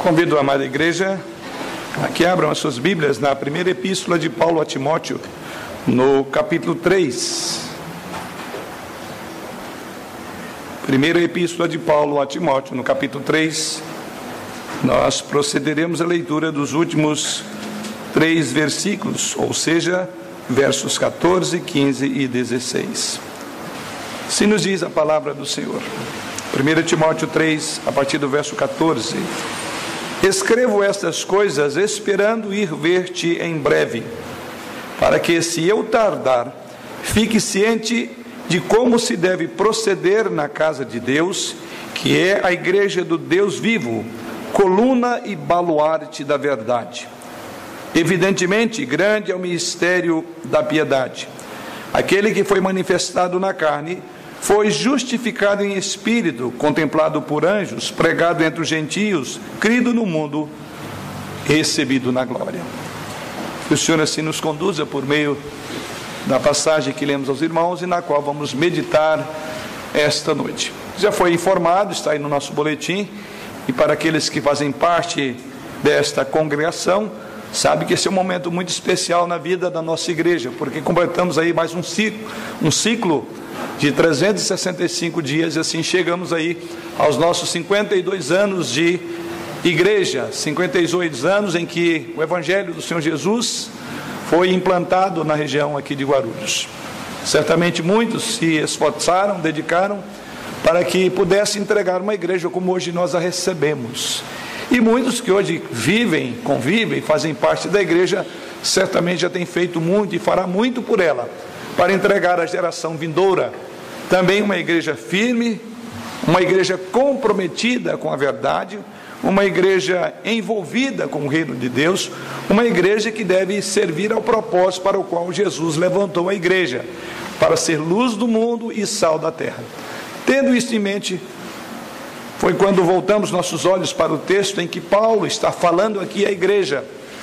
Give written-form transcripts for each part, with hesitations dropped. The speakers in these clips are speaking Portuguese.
Convido a amada igreja a que abram as suas Bíblias na primeira epístola de Paulo a Timóteo, no capítulo 3. Primeira epístola de Paulo a Timóteo, no capítulo 3. Nós procederemos à leitura dos últimos 3 versículos, ou seja, versos 14, 15 e 16. Assim nos diz a palavra do Senhor. 1 Timóteo 3, a partir do verso 14. Escrevo estas coisas esperando ir ver-te em breve, para que, se eu tardar, fique ciente de como se deve proceder na casa de Deus, que é a igreja do Deus vivo, coluna e baluarte da verdade. Evidentemente, grande é o mistério da piedade. Aquele que foi manifestado na carne foi justificado em espírito, contemplado por anjos, pregado entre os gentios, crido no mundo, recebido na glória. Que o Senhor assim nos conduza por meio da passagem que lemos aos irmãos e na qual vamos meditar esta noite. Já foi informado, está aí no nosso boletim, e para aqueles que fazem parte desta congregação, sabe que esse é um momento muito especial na vida da nossa igreja, porque completamos aí mais um ciclo de 365 dias, e assim chegamos aí aos nossos 52 anos de igreja, 52 anos em que o Evangelho do Senhor Jesus foi implantado na região aqui de Guarulhos. Certamente muitos se esforçaram, dedicaram para que pudesse entregar uma igreja como hoje nós a recebemos. E muitos que hoje vivem, convivem, fazem parte da igreja, certamente já têm feito muito e fará muito por ela, para entregar à geração vindoura também uma igreja firme, uma igreja comprometida com a verdade, uma igreja envolvida com o reino de Deus, uma igreja que deve servir ao propósito para o qual Jesus levantou a igreja, para ser luz do mundo e sal da terra. Tendo isso em mente, foi quando voltamos nossos olhos para o texto em que Paulo está falando aqui à igreja,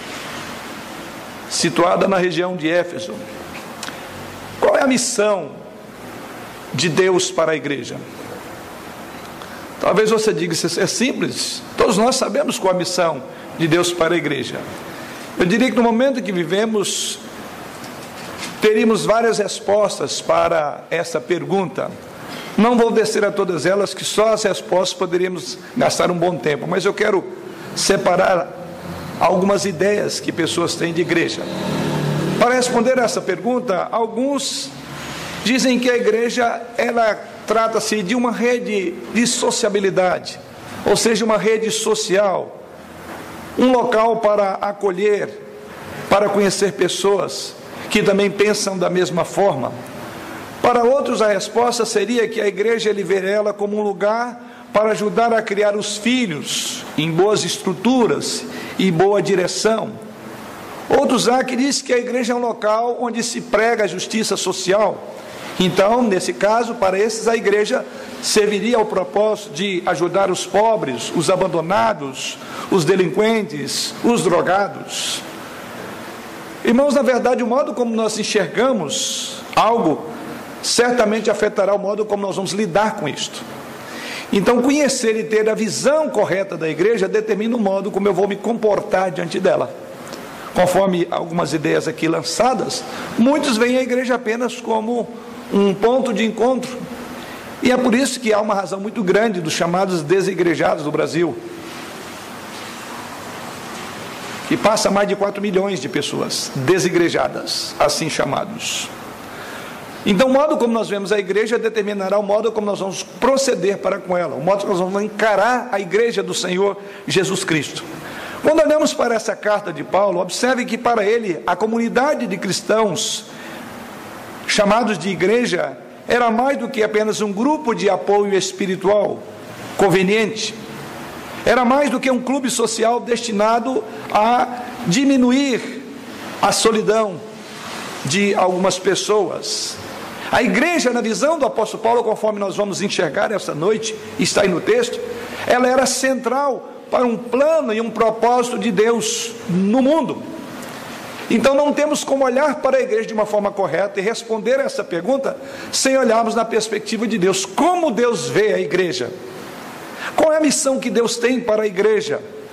situada na região de Éfeso. Qual é a missão de Deus para a igreja? Talvez você diga, isso é simples, todos nós sabemos qual é a missão de Deus para a igreja. Eu diria que no momento que vivemos, teríamos várias respostas para essa pergunta. Não vou descer a todas elas, que só as respostas poderíamos gastar um bom tempo, mas eu quero separar algumas ideias que pessoas têm de igreja. Para responder a essa pergunta, alguns dizem que a igreja, ela trata-se de uma rede de sociabilidade, ou seja, uma rede social, um local para acolher, para conhecer pessoas que também pensam da mesma forma. Para outros, a resposta seria que a igreja, ele vê ela como um lugar para ajudar a criar os filhos em boas estruturas e boa direção. Outros há que dizem que a igreja é um local onde se prega a justiça social. Então, nesse caso, para esses, a igreja serviria ao propósito de ajudar os pobres, os abandonados, os delinquentes, os drogados. Irmãos, na verdade, o modo como nós enxergamos algo certamente afetará o modo como nós vamos lidar com isto. Então, conhecer e ter a visão correta da igreja determina o modo como eu vou me comportar diante dela. Conforme algumas ideias aqui lançadas, muitos veem a igreja apenas como um ponto de encontro. E é por isso que há uma razão muito grande dos chamados desigrejados do Brasil, que passa mais de 4 milhões de pessoas desigrejadas, assim chamados. Então, o modo como nós vemos a igreja determinará o modo como nós vamos proceder para com ela, o modo como nós vamos encarar a igreja do Senhor Jesus Cristo. Quando olhamos para essa carta de Paulo, observe que para ele, a comunidade de cristãos, chamados de igreja, era mais do que apenas um grupo de apoio espiritual conveniente. Era mais do que um clube social destinado a diminuir a solidão de algumas pessoas. A igreja, na visão do apóstolo Paulo, conforme nós vamos enxergar esta noite, está aí no texto, ela era central para um plano e um propósito de Deus no mundo. Então não temos como olhar para a igreja de uma forma correta e responder essa pergunta sem olharmos na perspectiva de Deus. Como Deus vê a igreja? Qual é a missão que Deus tem para a igreja?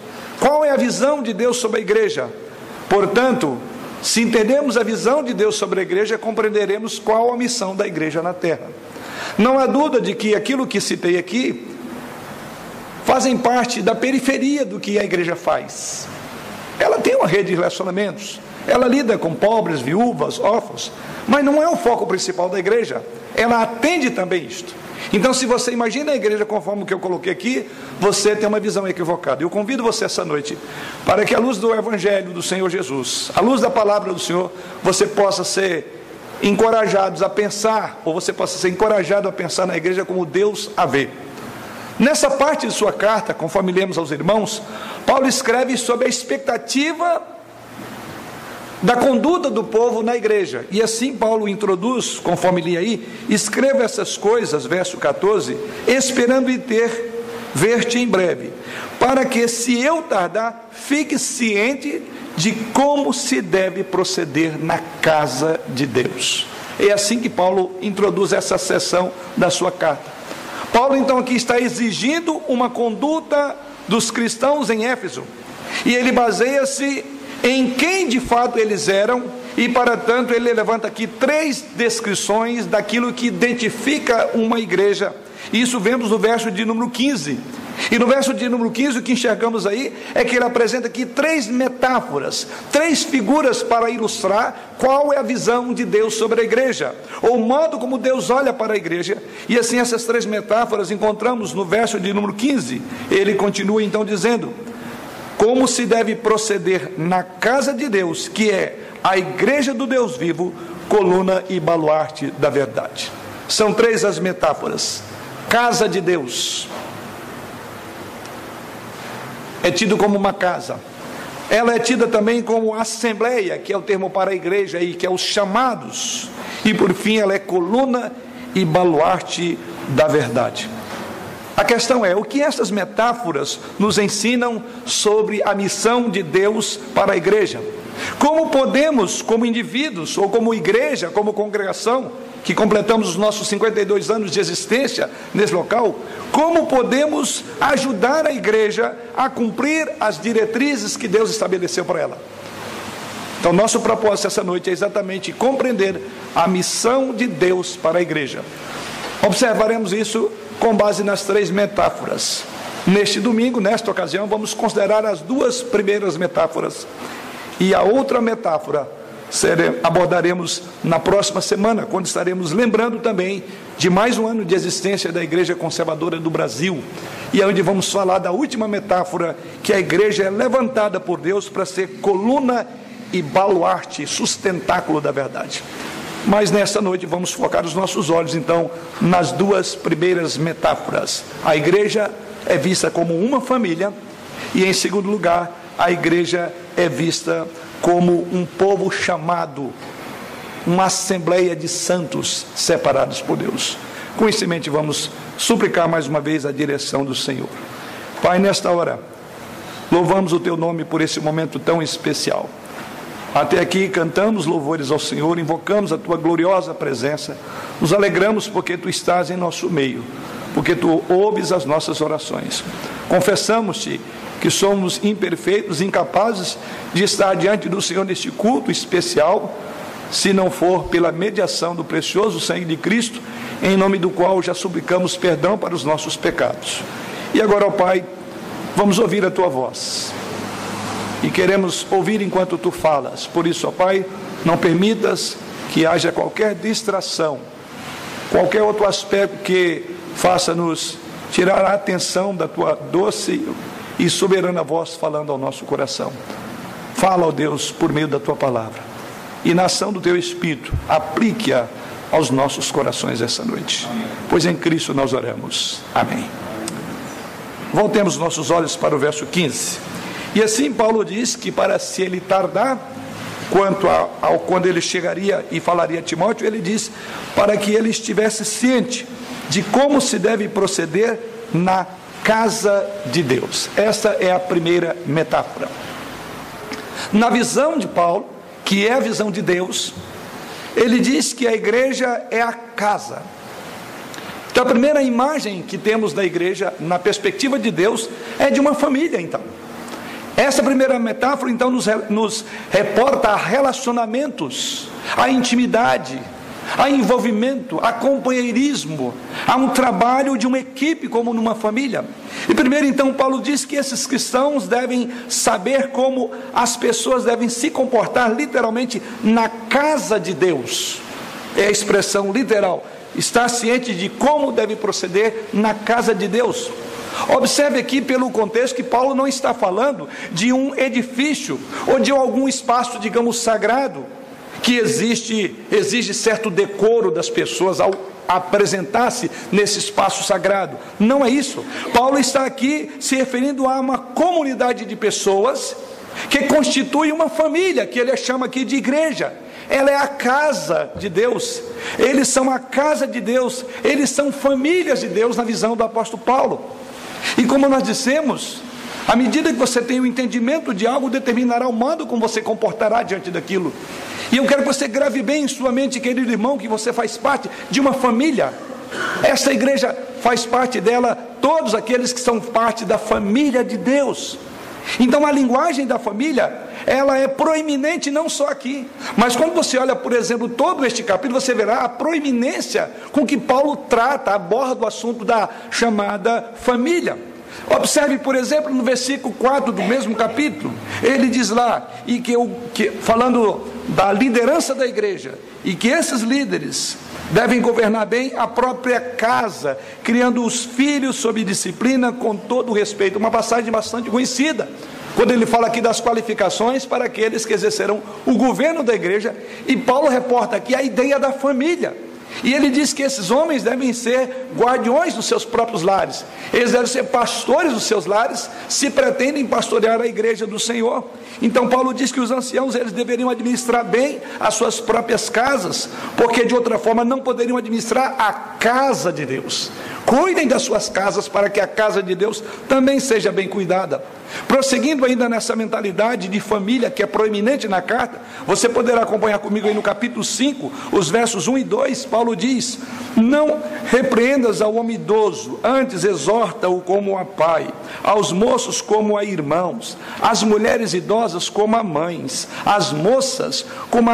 Qual é a visão de Deus sobre a igreja? Portanto, se entendermos a visão de Deus sobre a igreja, compreenderemos qual a missão da igreja na terra. Não há dúvida de que aquilo que citei aqui fazem parte da periferia do que a igreja faz. Ela tem uma rede de relacionamentos, ela lida com pobres, viúvas, órfãos, mas não é o foco principal da igreja. Ela atende também isto. Então, se você imagina a igreja conforme o que eu coloquei aqui, você tem uma visão equivocada. Eu convido você essa noite para que, à luz do Evangelho do Senhor Jesus, à luz da palavra do Senhor, você possa ser encorajado a pensar, ou você possa ser encorajado a pensar na igreja como Deus a vê. Nessa parte de sua carta, conforme lemos aos irmãos, Paulo escreve sobre a expectativa da conduta do povo na igreja. E assim Paulo introduz, conforme li aí, escreva essas coisas, verso 14, esperando ver-te em breve, para que, se eu tardar, fique ciente de como se deve proceder na casa de Deus. É assim que Paulo introduz essa seção da sua carta. Paulo então aqui está exigindo uma conduta dos cristãos em Éfeso, e ele baseia-se em quem de fato eles eram, e para tanto ele levanta aqui 3 descrições daquilo que identifica uma igreja. Isso vemos no verso de número 15. E no verso de número 15, o que enxergamos aí é que ele apresenta aqui 3 metáforas, 3 figuras para ilustrar qual é a visão de Deus sobre a igreja, ou o modo como Deus olha para a igreja. E assim essas 3 metáforas encontramos no verso de número 15. Ele continua então dizendo: como se deve proceder na casa de Deus, que é a igreja do Deus vivo, coluna e baluarte da verdade. São 3 as metáforas. Casa de Deus é tido como uma casa. Ela é tida também como assembleia, que é o termo para a igreja aí, que é os chamados. E por fim ela é coluna e baluarte da verdade. A questão é, o que essas metáforas nos ensinam sobre a missão de Deus para a igreja? Como podemos, como indivíduos, ou como igreja, como congregação, que completamos os nossos 52 anos de existência nesse local, como podemos ajudar a igreja a cumprir as diretrizes que Deus estabeleceu para ela? Então, nosso propósito essa noite é exatamente compreender a missão de Deus para a igreja. Observaremos isso com base nas 3 metáforas. Neste domingo, nesta ocasião, vamos considerar as 2 primeiras metáforas. E a outra metáfora abordaremos na próxima semana, quando estaremos lembrando também de mais um ano de existência da Igreja Conservadora do Brasil. E é onde vamos falar da última metáfora, que a igreja é levantada por Deus para ser coluna e baluarte, sustentáculo da verdade. Mas nesta noite vamos focar os nossos olhos então nas 2 primeiras metáforas. A igreja é vista como uma família, e em segundo lugar, a igreja é vista como um povo chamado, uma assembleia de santos separados por Deus. Com isso em mente, vamos suplicar mais uma vez a direção do Senhor. Pai, nesta hora, louvamos o Teu nome por esse momento tão especial. Até aqui cantamos louvores ao Senhor, invocamos a Tua gloriosa presença, nos alegramos porque Tu estás em nosso meio, porque Tu ouves as nossas orações. Confessamos-Te que somos imperfeitos, incapazes de estar diante do Senhor neste culto especial, se não for pela mediação do precioso sangue de Cristo, em nome do qual já suplicamos perdão para os nossos pecados. E agora, ó Pai, vamos ouvir a Tua voz. E queremos ouvir enquanto Tu falas. Por isso, ó Pai, não permitas que haja qualquer distração, qualquer outro aspecto que faça-nos tirar a atenção da Tua doce e soberana voz falando ao nosso coração. Fala, ó Deus, por meio da Tua palavra. E na ação do Teu Espírito, aplique-a aos nossos corações essa noite. Pois em Cristo nós oramos. Amém. Voltemos nossos olhos para o verso 15. E assim Paulo diz que para se ele tardar, quando ele chegaria e falaria a Timóteo, ele diz para que ele estivesse ciente de como se deve proceder na casa de Deus. Esta é a primeira metáfora. Na visão de Paulo, que é a visão de Deus, ele diz que a igreja é a casa. Então a primeira imagem que temos da igreja, na perspectiva de Deus, é de uma família então. Essa primeira metáfora, então, nos reporta a relacionamentos, a intimidade, a envolvimento, a companheirismo, a um trabalho de uma equipe como numa família. E primeiro, então, Paulo diz que esses cristãos devem saber como as pessoas devem se comportar literalmente na casa de Deus. É a expressão literal. Estar ciente de como deve proceder na casa de Deus. Observe aqui pelo contexto que Paulo não está falando de um edifício ou de algum espaço, digamos, sagrado, que exige certo decoro das pessoas ao apresentar-se nesse espaço sagrado. Não é isso. Paulo está aqui se referindo a uma comunidade de pessoas que constitui uma família, que ele chama aqui de igreja. Ela é a casa de Deus. Eles são a casa de Deus. Eles são famílias de Deus na visão do apóstolo Paulo. E como nós dissemos, à medida que você tem o entendimento de algo, determinará o modo como você comportará diante daquilo. E eu quero que você grave bem em sua mente, querido irmão, que você faz parte de uma família. Esta igreja faz parte dela todos aqueles que são parte da família de Deus. Então a linguagem da família, ela é proeminente não só aqui, mas quando você olha, por exemplo, todo este capítulo, você verá a proeminência com que Paulo trata, aborda o assunto da chamada família. Observe, por exemplo, no versículo 4 do mesmo capítulo, ele diz lá, falando da liderança da igreja, e que esses líderes devem governar bem a própria casa, criando os filhos sob disciplina com todo o respeito. Uma passagem bastante conhecida, quando ele fala aqui das qualificações para aqueles que exercerão o governo da igreja, e Paulo reporta aqui a ideia da família. E ele diz que esses homens devem ser guardiões dos seus próprios lares. Eles devem ser pastores dos seus lares, se pretendem pastorear a igreja do Senhor. Então Paulo diz que os anciãos, eles deveriam administrar bem as suas próprias casas, porque de outra forma não poderiam administrar a casa de Deus. Cuidem das suas casas para que a casa de Deus também seja bem cuidada. Prosseguindo ainda nessa mentalidade de família que é proeminente na carta, você poderá acompanhar comigo aí no capítulo 5, os versos 1 e 2, Paulo diz: não repreendas ao homem idoso, antes exorta-o como a pai, aos moços como a irmãos, as mulheres idosas como a mães, as moças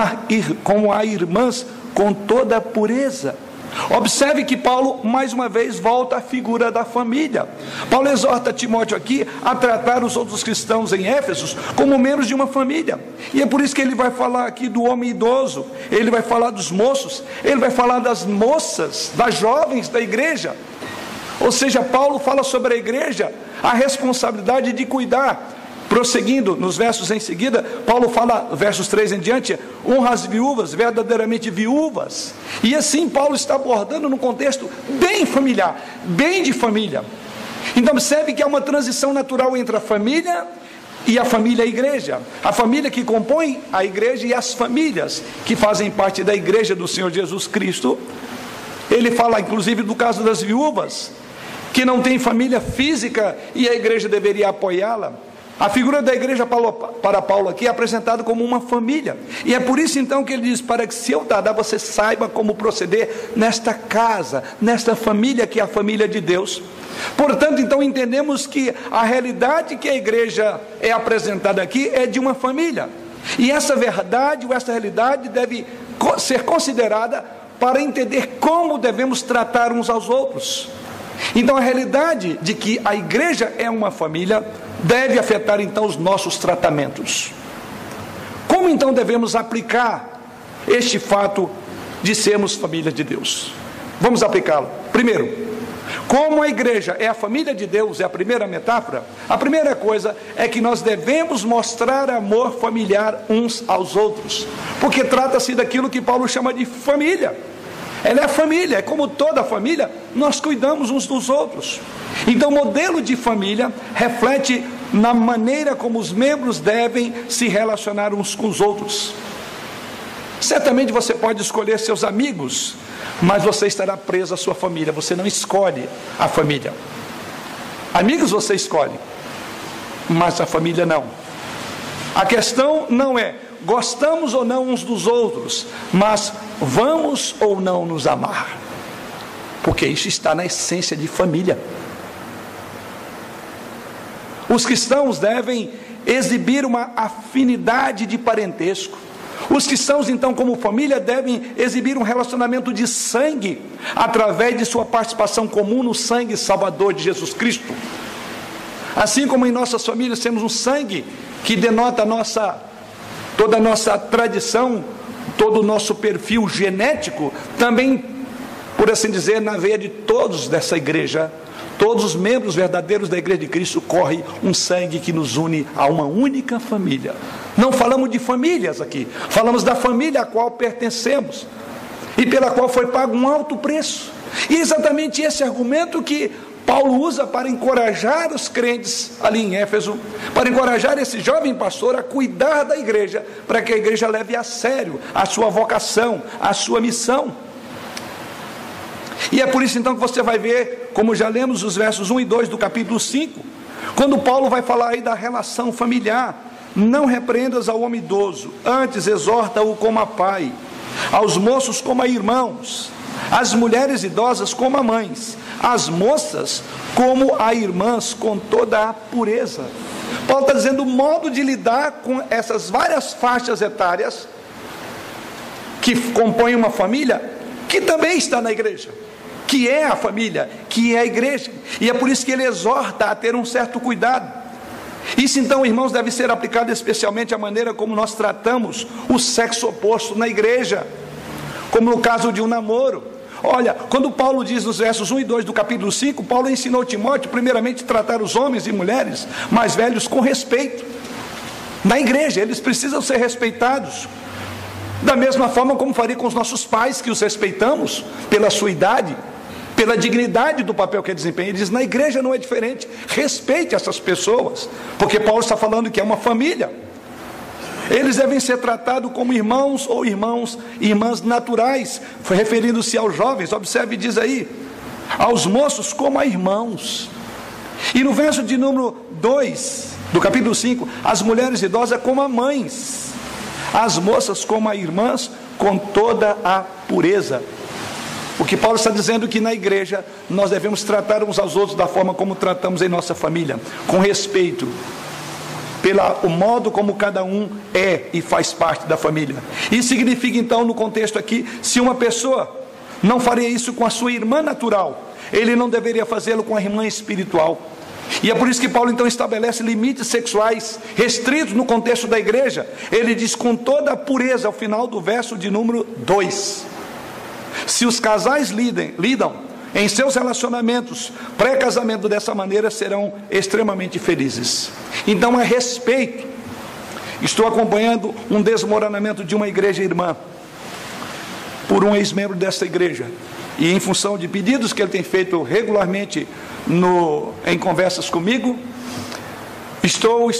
como a irmãs, com toda a pureza. Observe que Paulo mais uma vez volta à figura da família. Paulo exorta Timóteo aqui a tratar os outros cristãos em Éfeso como membros de uma família, e é por isso que ele vai falar aqui do homem idoso, ele vai falar dos moços, ele vai falar das moças, das jovens da igreja. Ou seja, Paulo fala sobre a igreja, a responsabilidade de cuidar. Prosseguindo nos versos em seguida, Paulo fala, versos 3 em diante, honra as viúvas, verdadeiramente viúvas. E assim Paulo está abordando num contexto bem familiar, bem de família. Então observe que há uma transição natural entre a família e a família e a igreja. A família que compõe a igreja e as famílias que fazem parte da igreja do Senhor Jesus Cristo. Ele fala inclusive do caso das viúvas, que não tem família física e a igreja deveria apoiá-la. A figura da igreja para Paulo aqui é apresentada como uma família. E é por isso então que ele diz, para que se eu dar, você saiba como proceder nesta casa, nesta família que é a família de Deus. Portanto, então entendemos que a realidade que a igreja é apresentada aqui é de uma família. E essa verdade ou essa realidade deve ser considerada para entender como devemos tratar uns aos outros. Então a realidade de que a igreja é uma família deve afetar então os nossos tratamentos. Como então devemos aplicar este fato de sermos família de Deus? Vamos aplicá-lo. Primeiro, como a igreja é a família de Deus, é a primeira metáfora, a primeira coisa é que nós devemos mostrar amor familiar uns aos outros, porque trata-se daquilo que Paulo chama de família. Ela é a família, é como toda família, nós cuidamos uns dos outros. Então o modelo de família reflete na maneira como os membros devem se relacionar uns com os outros. Certamente você pode escolher seus amigos, mas você estará preso à sua família. Você não escolhe a família. Amigos você escolhe, mas a família não. A questão não é gostamos ou não uns dos outros, mas vamos ou não nos amar, porque isso está na essência de família. Os cristãos devem exibir uma afinidade de parentesco. Os cristãos, então, como família, devem exibir um relacionamento de sangue, através de sua participação comum no sangue salvador de Jesus Cristo. Assim como em nossas famílias temos um sangue que denota toda a nossa tradição, todo o nosso perfil genético, também, por assim dizer, na veia de todos dessa igreja, todos os membros verdadeiros da igreja de Cristo, corre um sangue que nos une a uma única família. Não falamos de famílias aqui, falamos da família a qual pertencemos e pela qual foi pago um alto preço. E é exatamente esse argumento que Paulo usa para encorajar os crentes ali em Éfeso, para encorajar esse jovem pastor a cuidar da igreja, para que a igreja leve a sério a sua vocação, a sua missão. E é por isso então que você vai ver, como já lemos os versos 1 e 2 do capítulo 5, quando Paulo vai falar aí da relação familiar: não repreendas ao homem idoso, antes exorta-o como a pai, aos moços como a irmãos, as mulheres idosas como a mães, as moças como a irmãs, com toda a pureza. Paulo está dizendo o modo de lidar com essas várias faixas etárias que compõem uma família, que também está na igreja, que é a família, que é a igreja. E é por isso que ele exorta a ter um certo cuidado. Isso então, irmãos, deve ser aplicado especialmente à maneira como nós tratamos o sexo oposto na igreja, como no caso de um namoro. Olha, quando Paulo diz nos versos 1 e 2 do capítulo 5, Paulo ensinou Timóteo primeiramente a tratar os homens e mulheres mais velhos com respeito. Na igreja, eles precisam ser respeitados, da mesma forma como faria com os nossos pais, que os respeitamos pela sua idade, pela dignidade do papel que eles desempenham. Ele diz: na igreja não é diferente, respeite essas pessoas, porque Paulo está falando que é uma família. Eles devem ser tratados como irmãos ou irmãs naturais, referindo-se aos jovens. Observe, diz aí, aos moços como a irmãos. E no verso de número 2 do capítulo 5, as mulheres idosas como a mães, as moças como a irmãs, com toda a pureza. O que Paulo está dizendo é que na igreja nós devemos tratar uns aos outros da forma como tratamos em nossa família, com respeito, pelo modo como cada um é e faz parte da família. Isso significa então, no contexto aqui, se uma pessoa não faria isso com a sua irmã natural, ele não deveria fazê-lo com a irmã espiritual. E é por isso que Paulo então estabelece limites sexuais restritos no contexto da igreja. Ele diz com toda a pureza ao final do verso de número 2. Se os casais lidam em seus relacionamentos pré-casamento dessa maneira, serão extremamente felizes. Então é respeito. Estou acompanhando um desmoronamento de uma igreja irmã por um ex-membro dessa igreja, e em função de pedidos que ele tem feito regularmente em conversas comigo, estou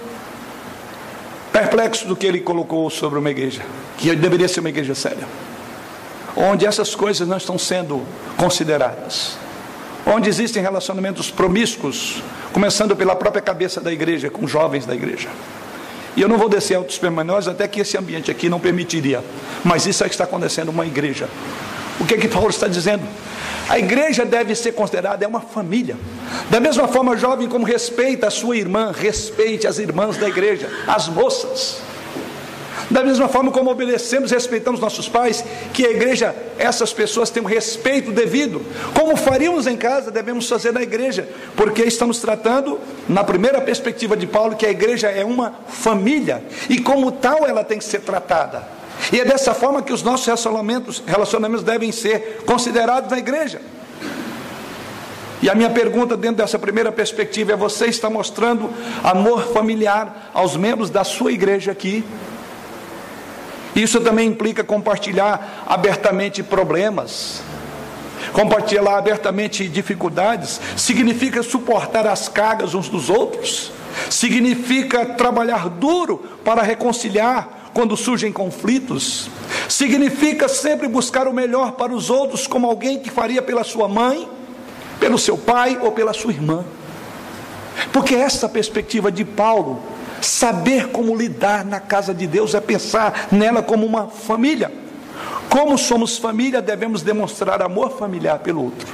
perplexo do que ele colocou sobre uma igreja, que deveria ser uma igreja séria, onde essas coisas não estão sendo consideradas, onde existem relacionamentos promíscuos, começando pela própria cabeça da igreja, com jovens da igreja. E eu não vou descer altos pormenores, até que esse ambiente aqui não permitiria, mas isso é que está acontecendo numa igreja. O que Paulo está dizendo? A igreja deve ser considerada uma família. Da mesma forma, jovem, como respeita a sua irmã, respeite as irmãs da igreja, as moças. Da mesma forma como obedecemos e respeitamos nossos pais, que a igreja, essas pessoas têm um respeito devido. Como faríamos em casa, devemos fazer na igreja, porque estamos tratando, na primeira perspectiva de Paulo, que a igreja é uma família, e como tal ela tem que ser tratada. E é dessa forma que os nossos relacionamentos devem ser considerados na igreja. E a minha pergunta dentro dessa primeira perspectiva é: você está mostrando amor familiar aos membros da sua igreja aqui? Isso também implica compartilhar abertamente problemas, compartilhar abertamente dificuldades. Significa suportar as cargas uns dos outros, significa trabalhar duro para reconciliar quando surgem conflitos, significa sempre buscar o melhor para os outros, como alguém que faria pela sua mãe, pelo seu pai ou pela sua irmã. Porque essa perspectiva de Paulo, saber como lidar na casa de Deus, é pensar nela como uma família. Como somos família, devemos demonstrar amor familiar pelo outro.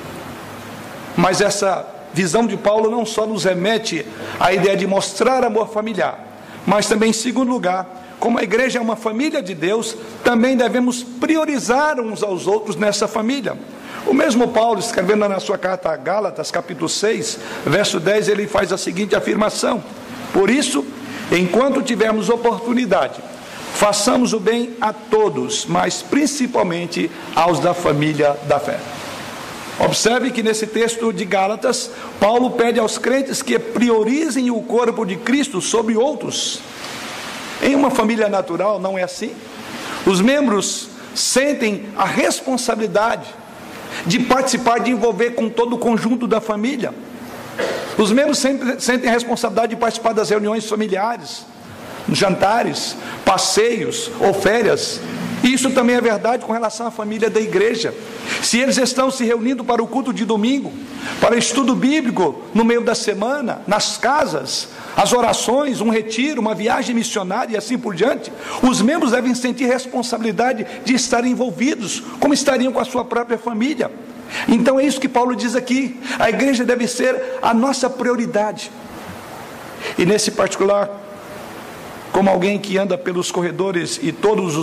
Mas essa visão de Paulo não só nos remete à ideia de mostrar amor familiar, Mas também, em segundo lugar, como a igreja é uma família de Deus, também devemos priorizar uns aos outros nessa família. O mesmo Paulo, escrevendo na sua carta a Gálatas, capítulo 6, verso 10, ele faz a seguinte afirmação: por isso, enquanto tivermos oportunidade, façamos o bem a todos, mas principalmente aos da família da fé. Observe que nesse texto de Gálatas, Paulo pede aos crentes que priorizem o corpo de Cristo sobre outros. Em uma família natural não é assim. Os membros sentem a responsabilidade de participar, de envolver com todo o conjunto da família. Os membros sentem a responsabilidade de participar das reuniões familiares, jantares, passeios ou férias. E isso também é verdade com relação à família da igreja. Se eles estão se reunindo para o culto de domingo, para estudo bíblico no meio da semana, nas casas, as orações, um retiro, uma viagem missionária e assim por diante, os membros devem sentir responsabilidade de estar envolvidos, como estariam com a sua própria família. Então é isso que Paulo diz aqui: a igreja deve ser a nossa prioridade. E nesse particular, como alguém que anda pelos corredores e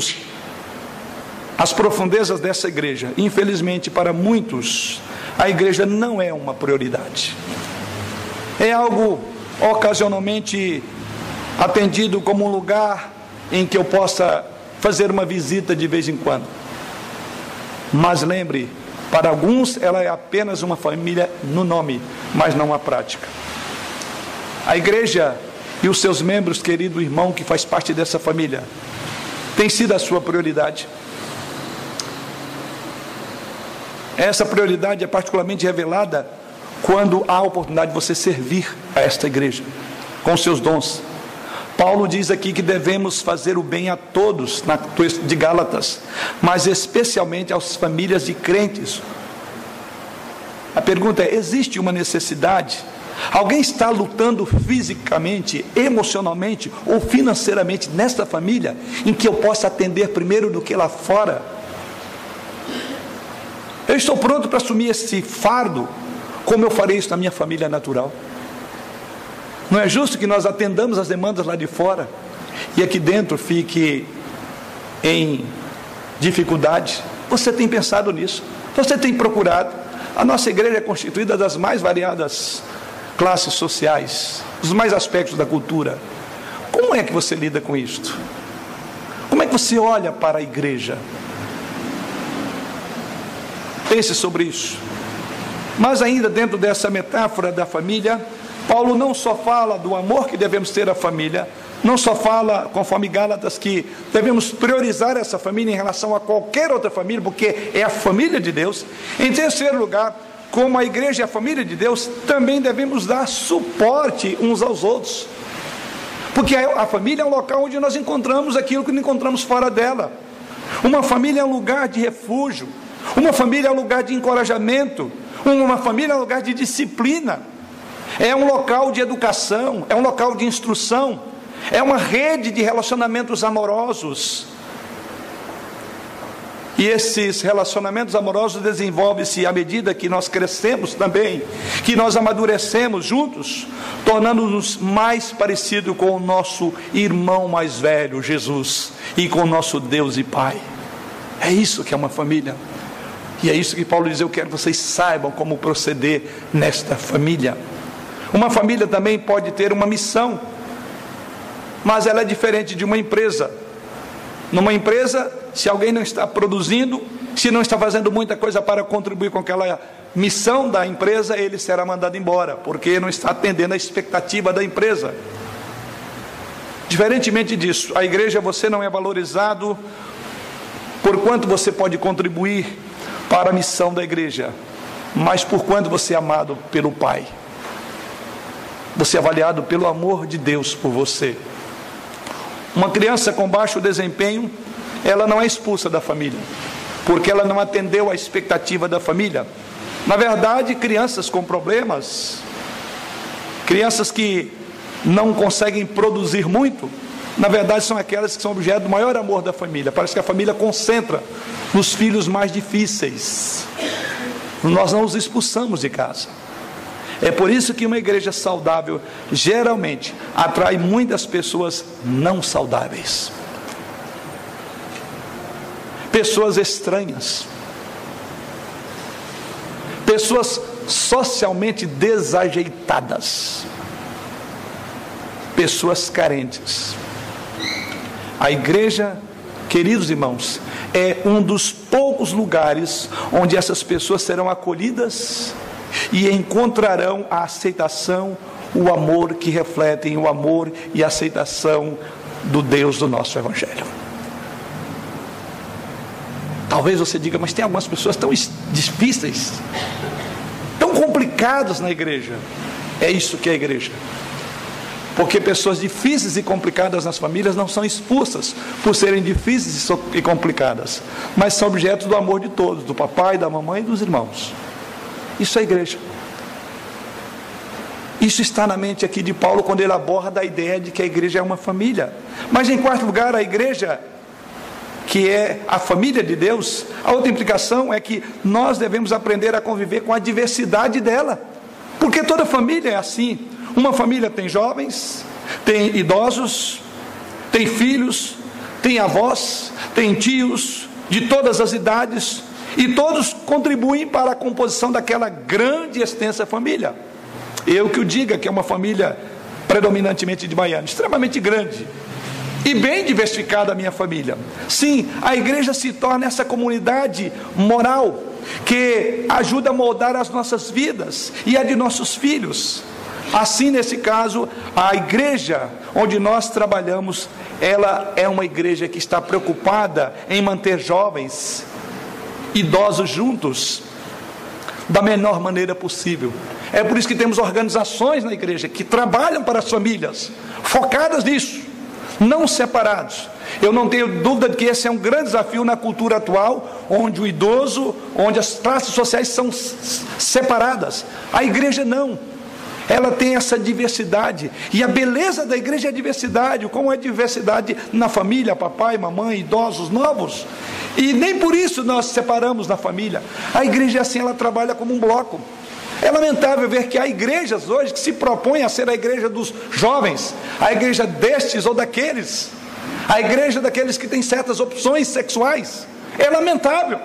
as profundezas dessa igreja, infelizmente para muitos, a igreja não é uma prioridade. É algo ocasionalmente atendido como um lugar em que eu possa fazer uma visita de vez em quando. Mas lembre, para alguns ela é apenas uma família no nome, mas não a prática. A igreja e os seus membros, querido irmão que faz parte dessa família, tem sido a sua prioridade. Essa prioridade é particularmente revelada quando há a oportunidade de você servir a esta igreja com seus dons. Paulo diz aqui que devemos fazer o bem a todos, na texto de Gálatas, mas especialmente às famílias de crentes. A pergunta é: existe uma necessidade? Alguém está lutando fisicamente, emocionalmente ou financeiramente nesta família, em que eu possa atender primeiro do que lá fora? Eu estou pronto para assumir esse fardo, como eu farei isso na minha família natural? Não é justo que nós atendamos as demandas lá de fora e aqui dentro fique em dificuldade? Você tem pensado nisso? Você tem procurado? A nossa igreja é constituída das mais variadas classes sociais, dos mais aspectos da cultura. Como é que você lida com isto? Como é que você olha para a igreja? Pense sobre isso. Mas ainda dentro dessa metáfora da família, Paulo não só fala do amor que devemos ter à família, não só fala, conforme Gálatas, que devemos priorizar essa família em relação a qualquer outra família, porque é a família de Deus. Em terceiro lugar, como a igreja é a família de Deus, também devemos dar suporte uns aos outros, porque a família é um local onde nós encontramos aquilo que não encontramos fora dela. Uma família é um lugar de refúgio, uma família é um lugar de encorajamento, uma família é um lugar de disciplina, é um local de educação, é um local de instrução, é uma rede de relacionamentos amorosos. E esses relacionamentos amorosos desenvolvem-se à medida que nós crescemos também, que nós amadurecemos juntos, tornando-nos mais parecidos com o nosso irmão mais velho, Jesus, e com o nosso Deus e Pai. É isso que é uma família. E é isso que Paulo diz: eu quero que vocês saibam como proceder nesta família. Uma família também pode ter uma missão, mas ela é diferente de uma empresa. Numa empresa, se alguém não está produzindo, se não está fazendo muita coisa para contribuir com aquela missão da empresa, ele será mandado embora, porque não está atendendo a expectativa da empresa. Diferentemente disso, a igreja, você não é valorizado por quanto você pode contribuir para a missão da igreja, mas por quanto você é amado pelo Pai. Você é avaliado pelo amor de Deus por você. Uma criança com baixo desempenho, ela não é expulsa da família, porque ela não atendeu à expectativa da família. Na verdade, crianças com problemas, crianças que não conseguem produzir muito, na verdade são aquelas que são objeto do maior amor da família. Parece que a família concentra nos filhos mais difíceis. Nós não os expulsamos de casa. É por isso que uma igreja saudável geralmente atrai muitas pessoas não saudáveis, pessoas estranhas, pessoas socialmente desajeitadas, pessoas carentes. A igreja, queridos irmãos, é um dos poucos lugares onde essas pessoas serão acolhidas e encontrarão a aceitação, o amor que refletem o amor e a aceitação do Deus do nosso Evangelho. Talvez você diga, mas tem algumas pessoas tão difíceis, tão complicadas na igreja. É isso que é a igreja. Porque pessoas difíceis e complicadas nas famílias não são expulsas por serem difíceis e complicadas, mas são objetos do amor de todos, do papai, da mamãe e dos irmãos. Isso é a igreja. Isso está na mente aqui de Paulo quando ele aborda a ideia de que a igreja é uma família. Mas em quarto lugar, a igreja, que é a família de Deus, a outra implicação é que nós devemos aprender a conviver com a diversidade dela, porque toda família é assim. Uma família tem jovens, tem idosos, tem filhos, tem avós, tem tios de todas as idades, e todos contribuem para a composição daquela grande e extensa família. Eu que o diga que é uma família predominantemente de baianos, extremamente grande e bem diversificada a minha família. Sim, a igreja se torna essa comunidade moral que ajuda a moldar as nossas vidas e a de nossos filhos. Assim, nesse caso, a igreja onde nós trabalhamos, ela é uma igreja que está preocupada em manter jovens, idosos juntos, da menor maneira possível. É por isso que temos organizações na igreja que trabalham para as famílias, focadas nisso, não separados. Eu não tenho dúvida de que esse é um grande desafio na cultura atual, onde o idoso, onde as classes sociais são separadas. A igreja não. Ela tem essa diversidade, e a beleza da igreja é a diversidade, como é a diversidade na família, papai, mamãe, idosos, novos, e nem por isso nós separamos na família. A igreja é assim, ela trabalha como um bloco. É lamentável ver que há igrejas hoje que se propõem a ser a igreja dos jovens, a igreja destes ou daqueles, a igreja daqueles que têm certas opções sexuais. É lamentável.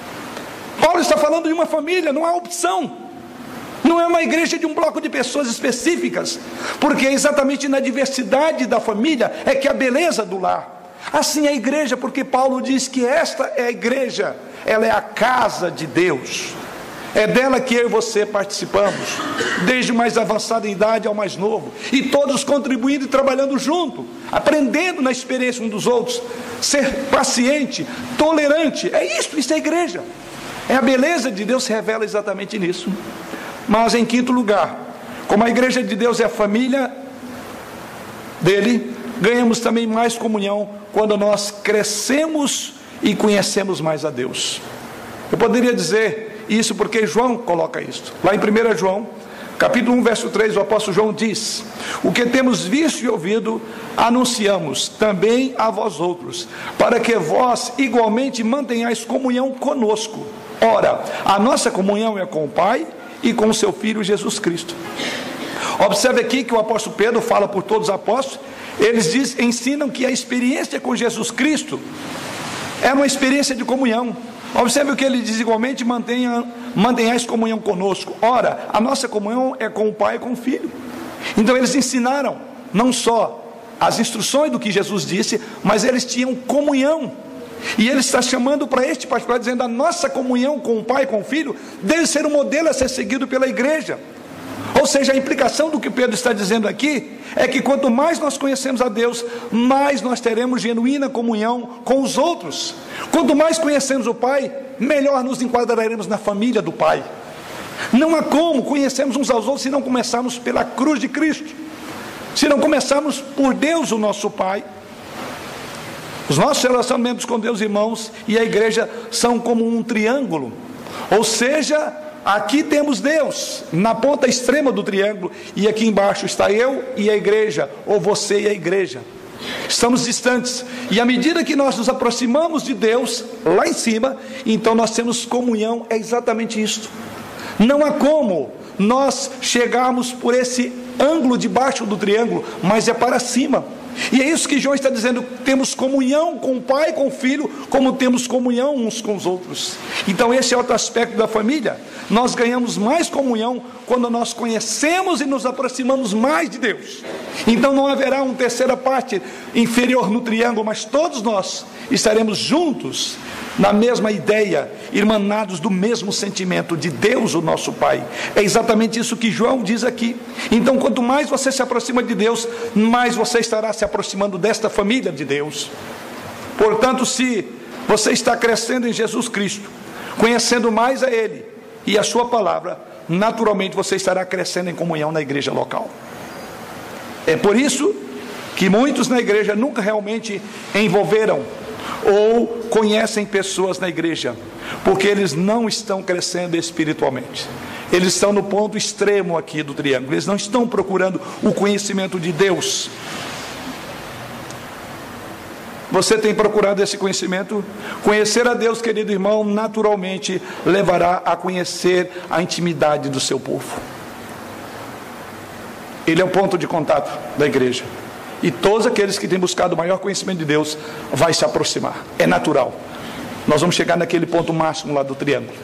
Paulo está falando de uma família, não há opção. Não é uma igreja de um bloco de pessoas específicas, porque é exatamente na diversidade da família é que a beleza do lar. Assim é a igreja, porque Paulo diz que esta é a igreja, ela é a casa de Deus. É dela que eu e você participamos, desde o mais avançado em idade ao mais novo, e todos contribuindo e trabalhando junto, aprendendo na experiência uns dos outros, ser paciente, tolerante. É isso é a igreja. É a beleza de Deus se revela exatamente nisso. Mas em quinto lugar, como a igreja de Deus é a família dele, ganhamos também mais comunhão quando nós crescemos e conhecemos mais a Deus. Eu poderia dizer isso porque João coloca isso. Lá em 1 João, capítulo 1, verso 3, o apóstolo João diz: o que temos visto e ouvido, anunciamos também a vós outros, para que vós igualmente mantenhais comunhão conosco. Ora, a nossa comunhão é com o Pai e com o seu Filho Jesus Cristo. Observe aqui que o apóstolo Pedro fala por todos os apóstolos. Eles ensinam que a experiência com Jesus Cristo é uma experiência de comunhão. Observe o que ele diz igualmente: mantenhais comunhão conosco. Ora, a nossa comunhão é com o Pai e com o Filho. Então eles ensinaram não só as instruções do que Jesus disse, mas eles tinham comunhão. E ele está chamando para este particular, dizendo: a nossa comunhão com o Pai e com o Filho deve ser um modelo a ser seguido pela igreja. Ou seja, a implicação do que Pedro está dizendo aqui é que quanto mais nós conhecemos a Deus, mais nós teremos genuína comunhão com os outros. Quanto mais conhecemos o Pai, melhor nos enquadraremos na família do Pai. Não há como conhecermos uns aos outros se não começarmos pela cruz de Cristo, se não começarmos por Deus, o nosso Pai. Os nossos relacionamentos com Deus, irmãos, e a igreja são como um triângulo. Ou seja, aqui temos Deus na ponta extrema do triângulo, e aqui embaixo está eu e a igreja, ou você e a igreja. Estamos distantes, e à medida que nós nos aproximamos de Deus lá em cima, então nós temos comunhão. É exatamente isso. Não há como nós chegarmos por esse ângulo debaixo do triângulo, mas é para cima. E é isso que João está dizendo: temos comunhão com o Pai, com o Filho, como temos comunhão uns com os outros. Então esse é outro aspecto da família. Nós ganhamos mais comunhão quando nós conhecemos e nos aproximamos mais de Deus. Então não haverá uma terceira parte inferior no triângulo, mas todos nós estaremos juntos na mesma ideia, irmanados do mesmo sentimento de Deus, o nosso Pai. É exatamente isso que João diz aqui. Então, quanto mais você se aproxima de Deus, mais você estará se aproximando desta família de Deus. Portanto, se você está crescendo em Jesus Cristo, conhecendo mais a Ele e a sua palavra, naturalmente você estará crescendo em comunhão na igreja local. É por isso que muitos na igreja nunca realmente envolveram ou conhecem pessoas na igreja, porque eles não estão crescendo espiritualmente. Eles estão no ponto extremo aqui do triângulo. Eles não estão procurando o conhecimento de Deus. Você tem procurado esse conhecimento? Conhecer a Deus, querido irmão, naturalmente levará a conhecer a intimidade do seu povo. Ele é o ponto de contato da igreja. E todos aqueles que têm buscado o maior conhecimento de Deus vai se aproximar. É natural. Nós vamos chegar naquele ponto máximo lá do triângulo.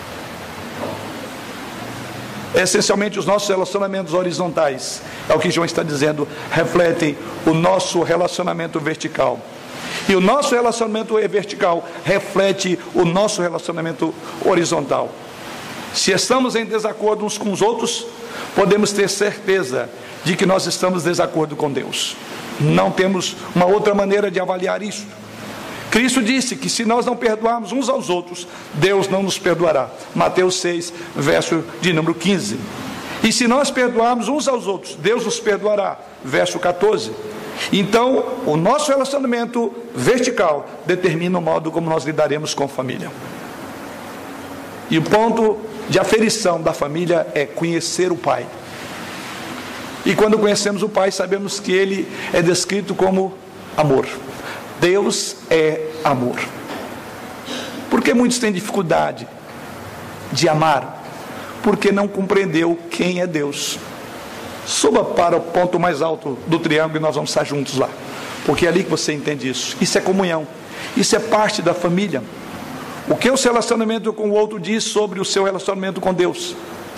Essencialmente, os nossos relacionamentos horizontais, é o que João está dizendo, refletem o nosso relacionamento vertical. E o nosso relacionamento vertical reflete o nosso relacionamento horizontal. Se estamos em desacordo uns com os outros, podemos ter certeza de que nós estamos em desacordo com Deus. Não temos uma outra maneira de avaliar isso. Cristo disse que se nós não perdoarmos uns aos outros, Deus não nos perdoará. Mateus 6, verso de número 15. E se nós perdoarmos uns aos outros, Deus nos perdoará. Verso 14. Então, o nosso relacionamento vertical determina o modo como nós lidaremos com a família. E o ponto de aferição da família é conhecer o Pai. E quando conhecemos o Pai, sabemos que Ele é descrito como amor. Deus é amor. Por que muitos têm dificuldade de amar? Porque não compreendeu quem é Deus. Suba para o ponto mais alto do triângulo e nós vamos estar juntos lá. Porque é ali que você entende isso. Isso é comunhão. Isso é parte da família. O que o seu relacionamento com o outro diz sobre o seu relacionamento com Deus?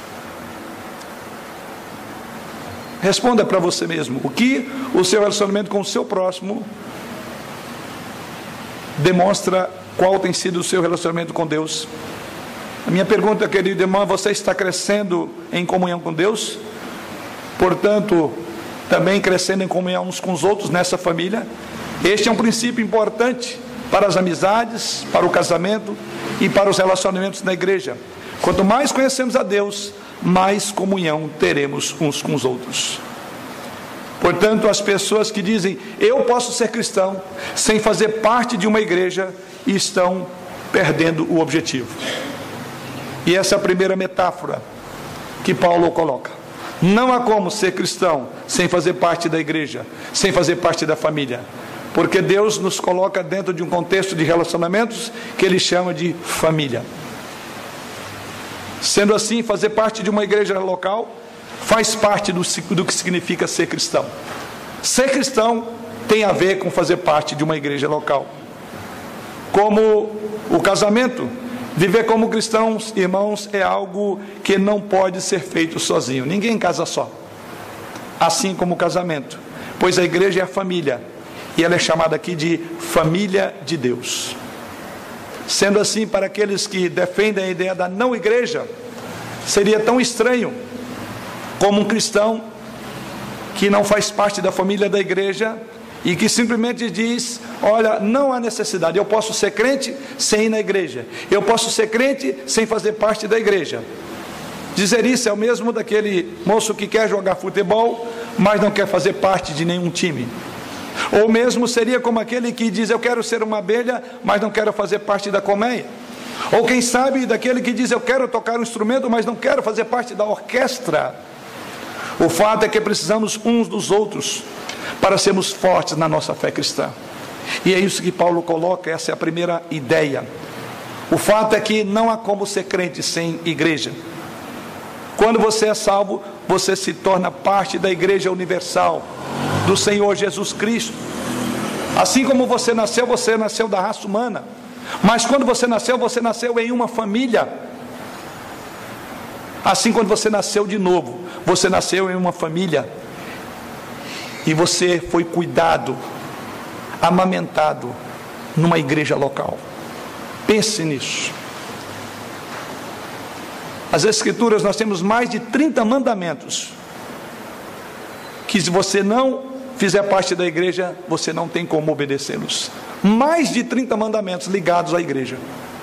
Responda para você mesmo. O que o seu relacionamento com o seu próximo demonstra qual tem sido o seu relacionamento com Deus? A minha pergunta, querido irmão, você está crescendo em comunhão com Deus? Portanto, também crescendo em comunhão uns com os outros nessa família? Este é um princípio importante para as amizades, para o casamento e para os relacionamentos na igreja. Quanto mais conhecemos a Deus, mais comunhão teremos uns com os outros. Portanto, as pessoas que dizem, eu posso ser cristão, sem fazer parte de uma igreja, estão perdendo o objetivo. E essa é a primeira metáfora que Paulo coloca. Não há como ser cristão sem fazer parte da igreja, sem fazer parte da família. Porque Deus nos coloca dentro de um contexto de relacionamentos que Ele chama de família. Sendo assim, fazer parte de uma igreja local faz parte do que significa ser cristão. Ser cristão tem a ver com fazer parte de uma igreja local. Como o casamento, viver como cristãos, irmãos, é algo que não pode ser feito sozinho. Ninguém casa só. Assim como o casamento. Pois a igreja é a família. E ela é chamada aqui de família de Deus. Sendo assim, para aqueles que defendem a ideia da não igreja, seria tão estranho como um cristão que não faz parte da família da igreja e que simplesmente diz, olha, não há necessidade, eu posso ser crente sem ir na igreja, eu posso ser crente sem fazer parte da igreja. Dizer isso é o mesmo daquele moço que quer jogar futebol, mas não quer fazer parte de nenhum time. Ou mesmo seria como aquele que diz, eu quero ser uma abelha, mas não quero fazer parte da colmeia. Ou quem sabe daquele que diz, eu quero tocar um instrumento, mas não quero fazer parte da orquestra. O fato é que precisamos uns dos outros para sermos fortes na nossa fé cristã. E é isso que Paulo coloca, essa é a primeira ideia. O fato é que não há como ser crente sem igreja. Quando você é salvo, você se torna parte da Igreja Universal do Senhor Jesus Cristo. Assim como você nasceu da raça humana. Mas quando você nasceu em uma família. Assim, quando você nasceu de novo, você nasceu em uma família. E você foi cuidado, amamentado numa igreja local. Pense nisso. As Escrituras, nós temos mais de 30 mandamentos, que se você não fizer parte da igreja, você não tem como obedecê-los. Mais de 30 mandamentos ligados à igreja.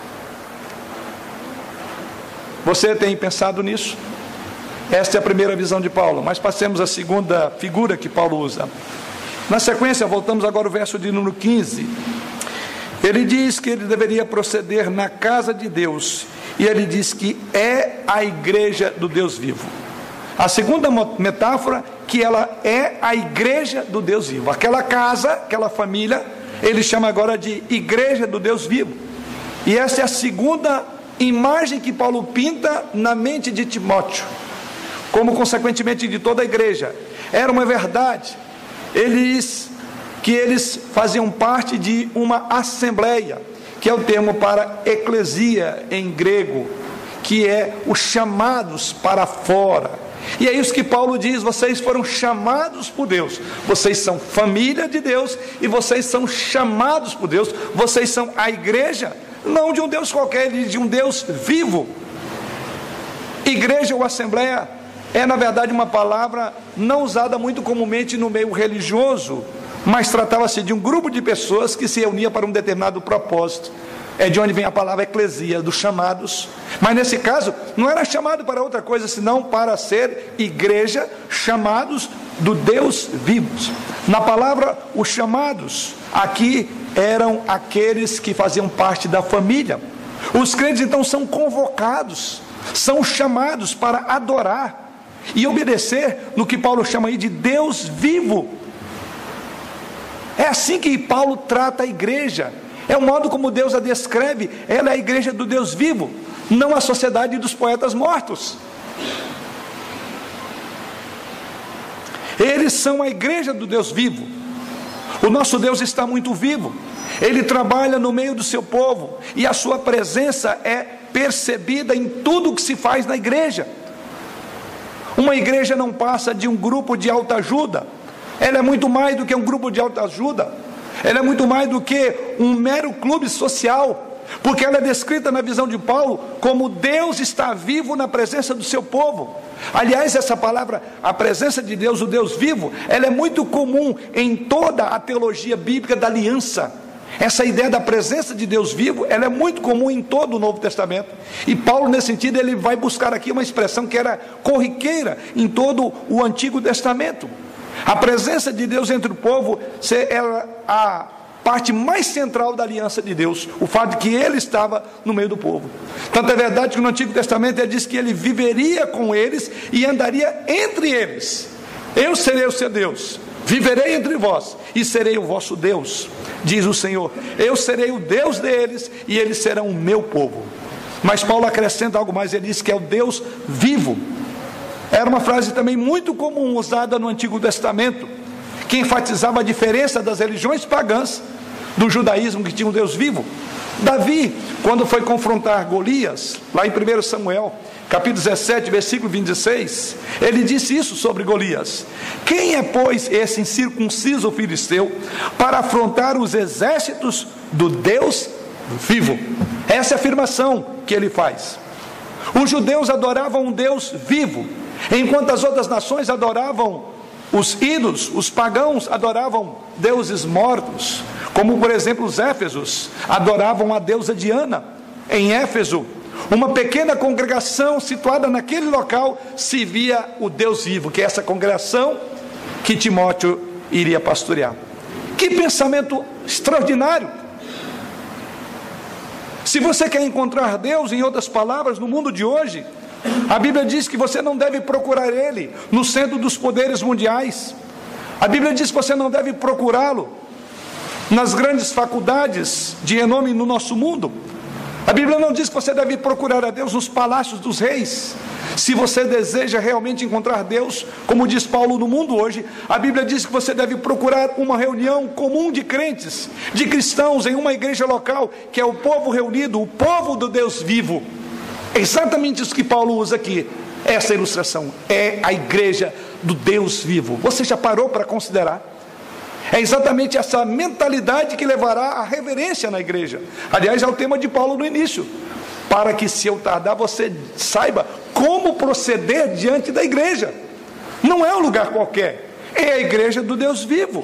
Você tem pensado nisso? Esta é a primeira visão de Paulo, mas passemos à segunda figura que Paulo usa. Na sequência, voltamos agora ao verso de número 15. Ele diz que ele deveria proceder na casa de Deus, e ele diz que é a igreja do Deus vivo. A segunda metáfora, que ela é a igreja do Deus vivo. Aquela casa, aquela família, ele chama agora de igreja do Deus vivo. E essa é a segunda imagem que Paulo pinta na mente de Timóteo, como consequentemente de toda a igreja. Era uma verdade. Ele diz que eles faziam parte de uma assembleia, que é o termo para eclesia em grego, que é os chamados para fora. E é isso que Paulo diz: vocês foram chamados por Deus, vocês são família de Deus, e vocês são chamados por Deus, vocês são a igreja, não de um Deus qualquer, de um Deus vivo. Igreja ou assembleia é, na verdade, uma palavra não usada muito comumente no meio religioso, mas tratava-se de um grupo de pessoas que se reunia para um determinado propósito. É de onde vem a palavra eclesia, dos chamados. Mas nesse caso, não era chamado para outra coisa, senão para ser igreja, chamados do Deus vivos. Na palavra, os chamados, aqui eram aqueles que faziam parte da família. Os crentes então são convocados, são chamados para adorar e obedecer no que Paulo chama aí de Deus vivo. É assim que Paulo trata a igreja. É o modo como Deus a descreve. Ela é a igreja do Deus vivo, não a sociedade dos poetas mortos. Eles são a igreja do Deus vivo. O nosso Deus está muito vivo. Ele trabalha no meio do seu povo, e a sua presença é percebida em tudo o que se faz na igreja. Uma igreja não passa de um grupo de autoajuda. Ela é muito mais do que um grupo de autoajuda. Ela é muito mais do que um mero clube social, porque ela é descrita na visão de Paulo como Deus está vivo na presença do seu povo. Aliás, essa palavra, a presença de Deus, o Deus vivo, ela é muito comum em toda a teologia bíblica da aliança. Essa ideia da presença de Deus vivo, ela é muito comum em todo o Novo Testamento. E Paulo, nesse sentido, ele vai buscar aqui uma expressão que era corriqueira em todo o Antigo Testamento. A presença de Deus entre o povo era a parte mais central da aliança de Deus, o fato de que ele estava no meio do povo. Tanto é verdade que no Antigo Testamento ele diz que ele viveria com eles e andaria entre eles. Eu serei o seu Deus, viverei entre vós e serei o vosso Deus, diz o Senhor. Eu serei o Deus deles e eles serão o meu povo. Mas Paulo acrescenta algo mais, ele diz que é o Deus vivo. Era uma frase também muito comum usada no Antigo Testamento, que enfatizava a diferença das religiões pagãs do judaísmo, que tinha um Deus vivo. Davi, quando foi confrontar Golias, lá em 1 Samuel, capítulo 17, versículo 26, ele disse isso sobre Golias: quem é, pois, esse incircunciso filisteu para afrontar os exércitos do Deus vivo? Essa é a afirmação que ele faz. Os judeus adoravam um Deus vivo, enquanto as outras nações adoravam os ídolos. Os pagãos adoravam deuses mortos, como por exemplo os éfesos adoravam a deusa Diana. Em Éfeso, uma pequena congregação situada naquele local servia o Deus vivo, que é essa congregação que Timóteo iria pastorear. Que pensamento extraordinário! Se você quer encontrar Deus, em outras palavras, no mundo de hoje, a Bíblia diz que você não deve procurar Ele no centro dos poderes mundiais. A Bíblia diz que você não deve procurá-lo nas grandes faculdades de renome no nosso mundo. A Bíblia não diz que você deve procurar a Deus nos palácios dos reis. Se você deseja realmente encontrar Deus, como diz Paulo, no mundo hoje, a Bíblia diz que você deve procurar uma reunião comum de crentes, de cristãos, em uma igreja local, que é o povo reunido, o povo do Deus vivo. É exatamente isso que Paulo usa aqui, essa ilustração, é a igreja do Deus vivo. Você já parou para considerar? É exatamente essa mentalidade que levará à reverência na igreja. Aliás, é o tema de Paulo no início, para que, se eu tardar, você saiba como proceder diante da igreja. Não é um lugar qualquer, é a igreja do Deus vivo.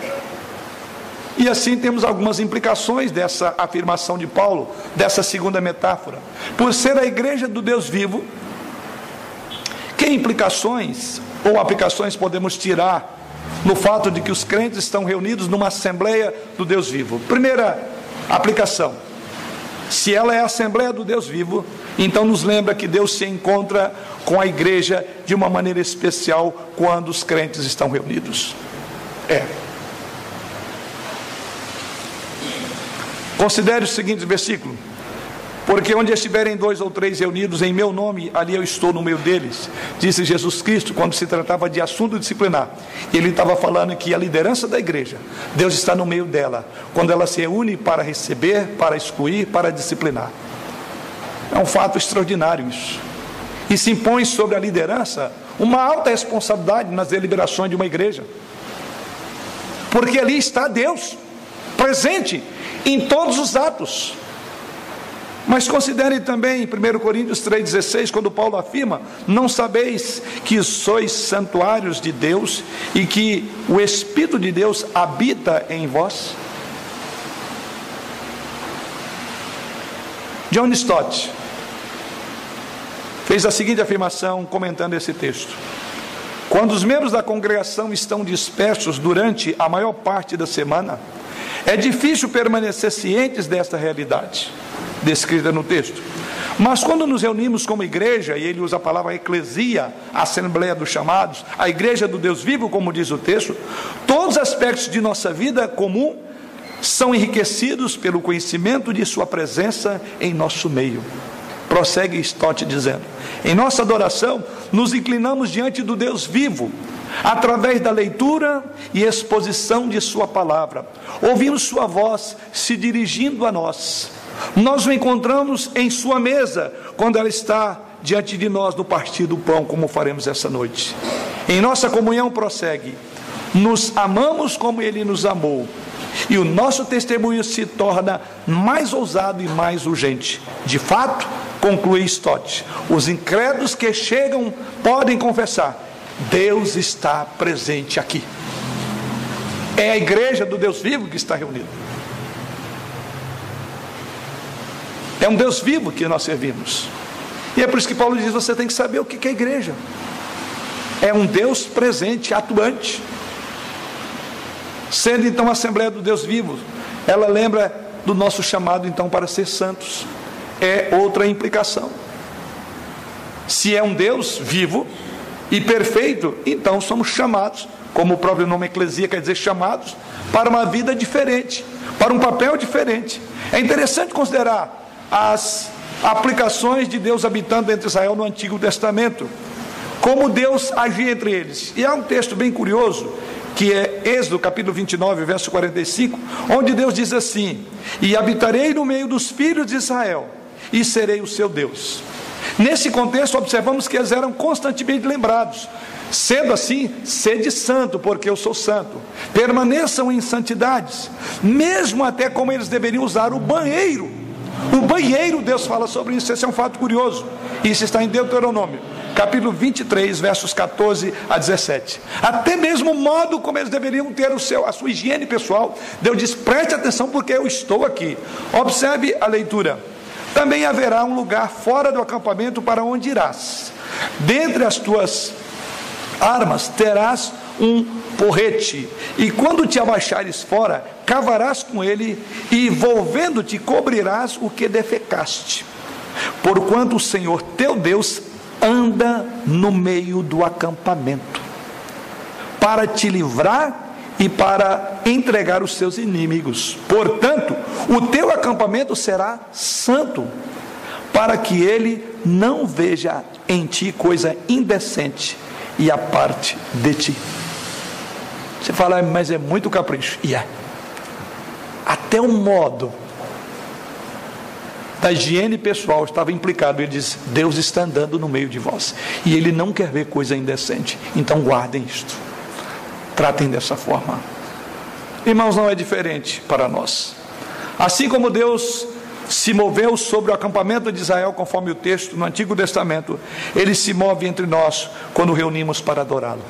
E assim temos algumas implicações dessa afirmação de Paulo, dessa segunda metáfora. Por ser a igreja do Deus vivo, que implicações ou aplicações podemos tirar no fato de que os crentes estão reunidos numa assembleia do Deus vivo? Primeira aplicação: se ela é a assembleia do Deus vivo, então nos lembra que Deus se encontra com a igreja de uma maneira especial quando os crentes estão reunidos. Considere o seguinte versículo: porque onde estiverem 2 ou 3 reunidos em meu nome, ali eu estou no meio deles, disse Jesus Cristo, quando se tratava de assunto disciplinar. Ele estava falando que a liderança da igreja, Deus está no meio dela, quando ela se reúne para receber, para excluir, para disciplinar. É um fato extraordinário isso. E se impõe sobre a liderança uma alta responsabilidade nas deliberações de uma igreja, porque ali está Deus presente em todos os atos. Mas considere também em 1 Coríntios 3,16, quando Paulo afirma: não sabeis que sois santuários de Deus e que o Espírito de Deus habita em vós? John Stott fez a seguinte afirmação comentando esse texto: quando os membros da congregação estão dispersos durante a maior parte da semana, é difícil permanecer cientes desta realidade descrita no texto. Mas quando nos reunimos como igreja, e ele usa a palavra eclesia, a assembleia dos chamados, a igreja do Deus vivo, como diz o texto, todos os aspectos de nossa vida comum são enriquecidos pelo conhecimento de sua presença em nosso meio. Prossegue Stott dizendo: em nossa adoração, nos inclinamos diante do Deus vivo, através da leitura e exposição de sua palavra. Ouvimos sua voz se dirigindo a nós. Nós o encontramos em sua mesa, quando ela está diante de nós no partir do pão, como faremos essa noite. Em nossa comunhão, prossegue, nos amamos como ele nos amou, e o nosso testemunho se torna mais ousado e mais urgente. De fato, conclui Stott, os incrédulos que chegam podem confessar: Deus está presente aqui. É a igreja do Deus vivo que está reunida. É um Deus vivo que nós servimos. E é por isso que Paulo diz: você tem que saber o que é a igreja. É um Deus presente, atuante. Sendo então a Assembleia do Deus vivo, ela lembra do nosso chamado então para ser santos. É outra implicação. Se é um Deus vivo e perfeito, então somos chamados, como o próprio nome eclesia quer dizer, chamados para uma vida diferente, para um papel diferente. É interessante considerar as aplicações de Deus habitando entre Israel no Antigo Testamento, como Deus agia entre eles. E há um texto bem curioso, que é Êxodo capítulo 29, verso 45, onde Deus diz assim: e habitarei no meio dos filhos de Israel, e serei o seu Deus. Nesse contexto, observamos que eles eram constantemente lembrados: sendo assim, sede santo, porque eu sou santo. Permaneçam em santidades, mesmo até como eles deveriam usar o banheiro. O banheiro, Deus fala sobre isso. Esse é um fato curioso. Isso está em Deuteronômio capítulo 23, versos 14 a 17. Até mesmo o modo como eles deveriam ter a sua higiene pessoal, Deus diz: preste atenção, porque eu estou aqui. Observe a leitura: também haverá um lugar fora do acampamento para onde irás. Dentre as tuas armas terás um porrete, e quando te abaixares fora, cavarás com ele, e volvendo-te cobrirás o que defecaste. Porquanto o Senhor teu Deus anda no meio do acampamento, para te livrar e para entregar os seus inimigos. Portanto, o teu acampamento será santo, para que ele não veja em ti coisa indecente e aparte de ti. Você fala, mas é muito capricho. E é. Até o modo da higiene pessoal estava implicado. Ele diz, Deus está andando no meio de vós, e Ele não quer ver coisa indecente. Então guardem isto. Tratem dessa forma. Irmãos, não é diferente para nós. Assim como Deus se moveu sobre o acampamento de Israel, conforme o texto no Antigo Testamento, Ele se move entre nós quando reunimos para adorá-lo.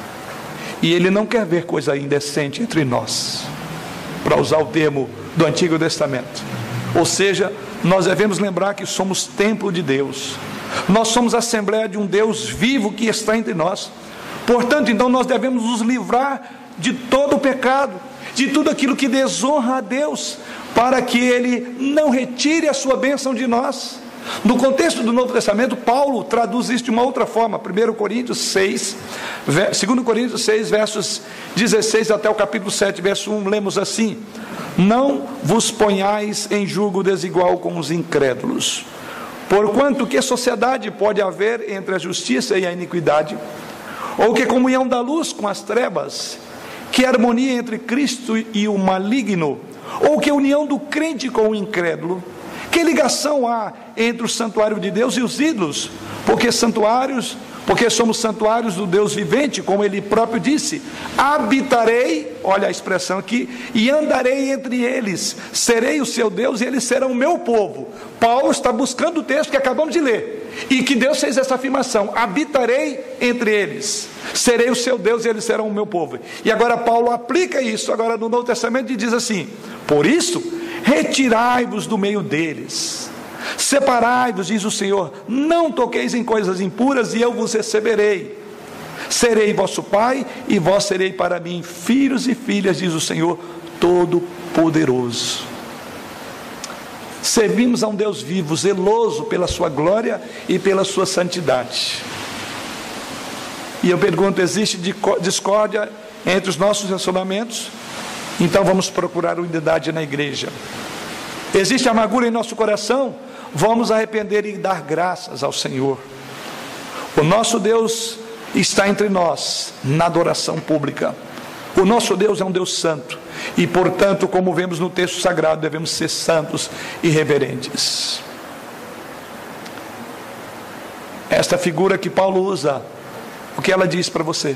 E Ele não quer ver coisa indecente entre nós, para usar o termo do Antigo Testamento. Ou seja, nós devemos lembrar que somos templo de Deus. Nós somos a Assembleia de um Deus vivo que está entre nós. Portanto, então, nós devemos nos livrar de todo o pecado, de tudo aquilo que desonra a Deus, para que Ele não retire a sua bênção de nós. No contexto do Novo Testamento, Paulo traduz isso de uma outra forma. 2 Coríntios 6, versos 16 até o capítulo 7, verso 1, lemos assim: não vos ponhais em julgo desigual com os incrédulos, porquanto que sociedade pode haver entre a justiça e a iniquidade? Ou que comunhão da luz com as trevas? Que harmonia entre Cristo e o maligno? Ou que união do crente com o incrédulo? Que ligação há entre o santuário de Deus e os ídolos? Porque somos santuários do Deus vivente, como Ele próprio disse: habitarei, olha a expressão aqui, e andarei entre eles, serei o seu Deus e eles serão o meu povo. Paulo está buscando o texto que acabamos de ler, e que Deus fez essa afirmação: habitarei entre eles, serei o seu Deus e eles serão o meu povo. E agora Paulo aplica isso agora no Novo Testamento e diz assim: por isso, retirai-vos do meio deles, separai-vos, diz o Senhor, não toqueis em coisas impuras, e eu vos receberei. Serei vosso pai, e vós serei para mim filhos e filhas, diz o Senhor Todo-Poderoso. Servimos a um Deus vivo, zeloso pela sua glória e pela sua santidade. E eu pergunto, existe discórdia entre os nossos relacionamentos? Então vamos procurar unidade na igreja. Existe amargura em nosso coração? Vamos arrepender e dar graças ao Senhor. O nosso Deus está entre nós na adoração pública. O nosso Deus é um Deus santo, e portanto, como vemos no texto sagrado, devemos ser santos e reverentes. Esta figura que Paulo usa, o que ela diz para você?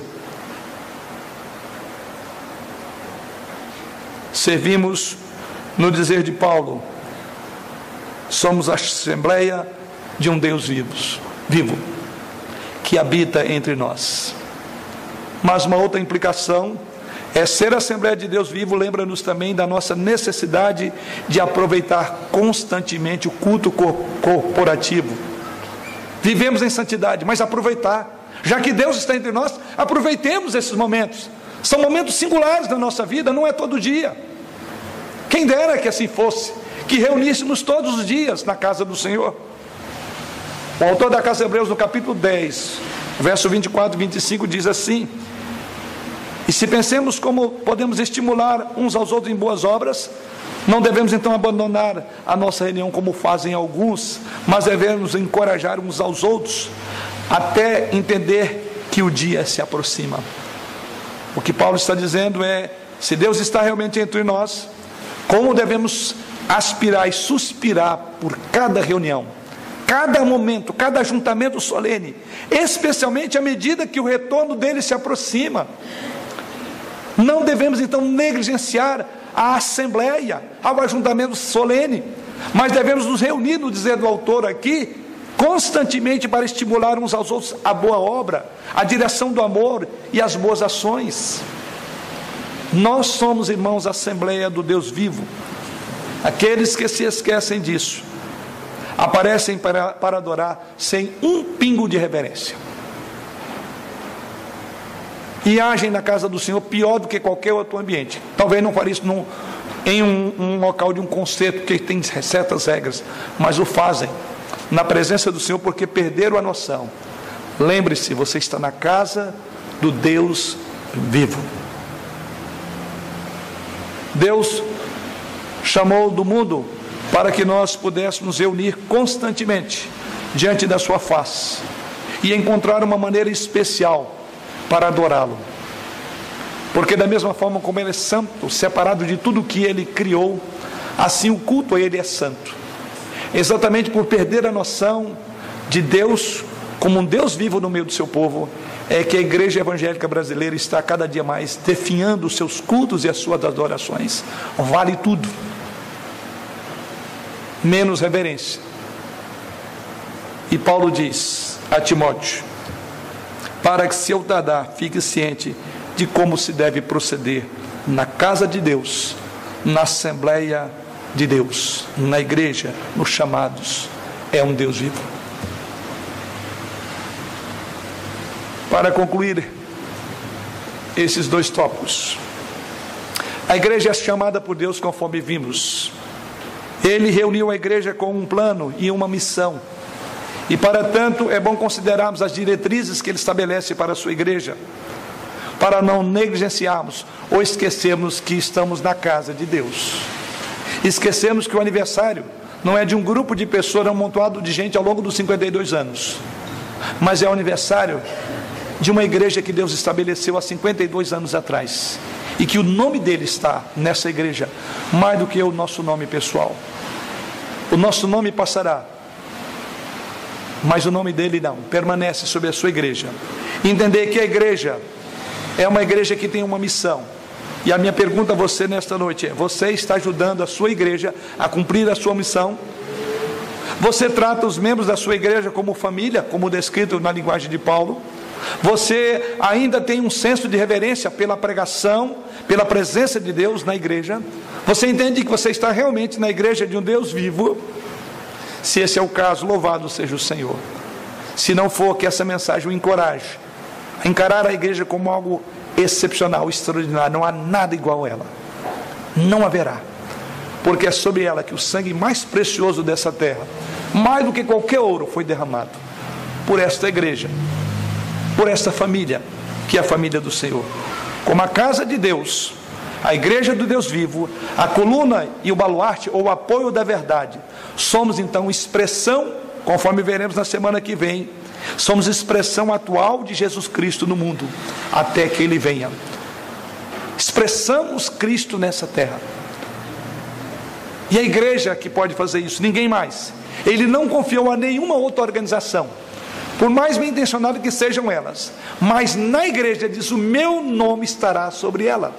Servimos, no dizer de Paulo, somos a Assembleia de um Deus vivo, que habita entre nós. Mas uma outra implicação é ser a Assembleia de Deus vivo, lembra-nos também da nossa necessidade de aproveitar constantemente o culto corporativo. Vivemos em santidade, mas aproveitar, já que Deus está entre nós, aproveitemos esses momentos. São momentos singulares da nossa vida, não é todo dia. Quem dera que assim fosse, que reuníssemos todos os dias na casa do Senhor. O autor da Carta aos Hebreus, no capítulo 10, verso 24 e 25, diz assim: e se pensemos como podemos estimular uns aos outros em boas obras, não devemos então abandonar a nossa reunião como fazem alguns, mas devemos encorajar uns aos outros, até entender que o dia se aproxima. O que Paulo está dizendo é: se Deus está realmente entre nós, como devemos aspirar e suspirar por cada reunião, cada momento, cada ajuntamento solene, especialmente à medida que o retorno dele se aproxima. Não devemos então negligenciar a assembleia, ao ajuntamento solene, mas devemos nos reunir, no dizer do autor aqui, constantemente para estimular uns aos outros a boa obra, a direção do amor e as boas ações. Nós somos, irmãos, a Assembleia do Deus vivo. Aqueles que se esquecem disso aparecem para adorar sem um pingo de reverência, e agem na casa do Senhor pior do que qualquer outro ambiente. Talvez não faria isso em um local de um concerto que tem certas regras, mas o fazem na presença do Senhor porque perderam a noção. Lembre-se, você está na casa do Deus vivo. Deus chamou do mundo para que nós pudéssemos reunir constantemente diante da sua face e encontrar uma maneira especial para adorá-lo. Porque da mesma forma como ele é santo, separado de tudo que ele criou, assim o culto a ele é santo. Exatamente por perder a noção de Deus como um Deus vivo no meio do seu povo, é que a igreja evangélica brasileira está cada dia mais definhando os seus cultos e as suas adorações. Vale tudo, menos reverência. E Paulo diz a Timóteo, para que se eu tardar, fique ciente de como se deve proceder na casa de Deus, na Assembleia de Deus, na igreja, nos chamados. É um Deus vivo. Para concluir esses dois tópicos, a igreja é chamada por Deus conforme vimos. Ele reuniu a igreja com um plano e uma missão, e para tanto é bom considerarmos as diretrizes que ele estabelece para a sua igreja, para não negligenciarmos ou esquecermos que estamos na casa de Deus. Esquecemos que o aniversário não é de um grupo de pessoas amontoado de gente ao longo dos 52 anos, mas é o aniversário de uma igreja que Deus estabeleceu há 52 anos atrás, e que o nome dele está nessa igreja, mais do que o nosso nome pessoal. O nosso nome passará, mas o nome dele não, permanece sobre a sua igreja. Entender que a igreja é uma igreja que tem uma missão. E a minha pergunta a você nesta noite é: você está ajudando a sua igreja a cumprir a sua missão? Você trata os membros da sua igreja como família, como descrito na linguagem de Paulo? Você ainda tem um senso de reverência pela pregação, pela presença de Deus na igreja? Você entende que você está realmente na igreja de um Deus vivo? Se esse é o caso, louvado seja o Senhor. Se não for, que essa mensagem o encoraje a encarar a igreja como algo excepcional, extraordinário. Não há nada igual a ela, não haverá, porque é sobre ela que o sangue mais precioso dessa terra, mais do que qualquer ouro, foi derramado por esta igreja, por esta família, que é a família do Senhor. Como a casa de Deus, a igreja do Deus vivo, a coluna e o baluarte, ou o apoio da verdade, somos então expressão, conforme veremos na semana que vem, somos expressão atual de Jesus Cristo no mundo, até que Ele venha. Expressamos Cristo nessa terra, e a igreja que pode fazer isso, ninguém mais. Ele não confiou a nenhuma outra organização, por mais bem intencionadas que sejam elas, mas na igreja diz: o meu nome estará sobre ela.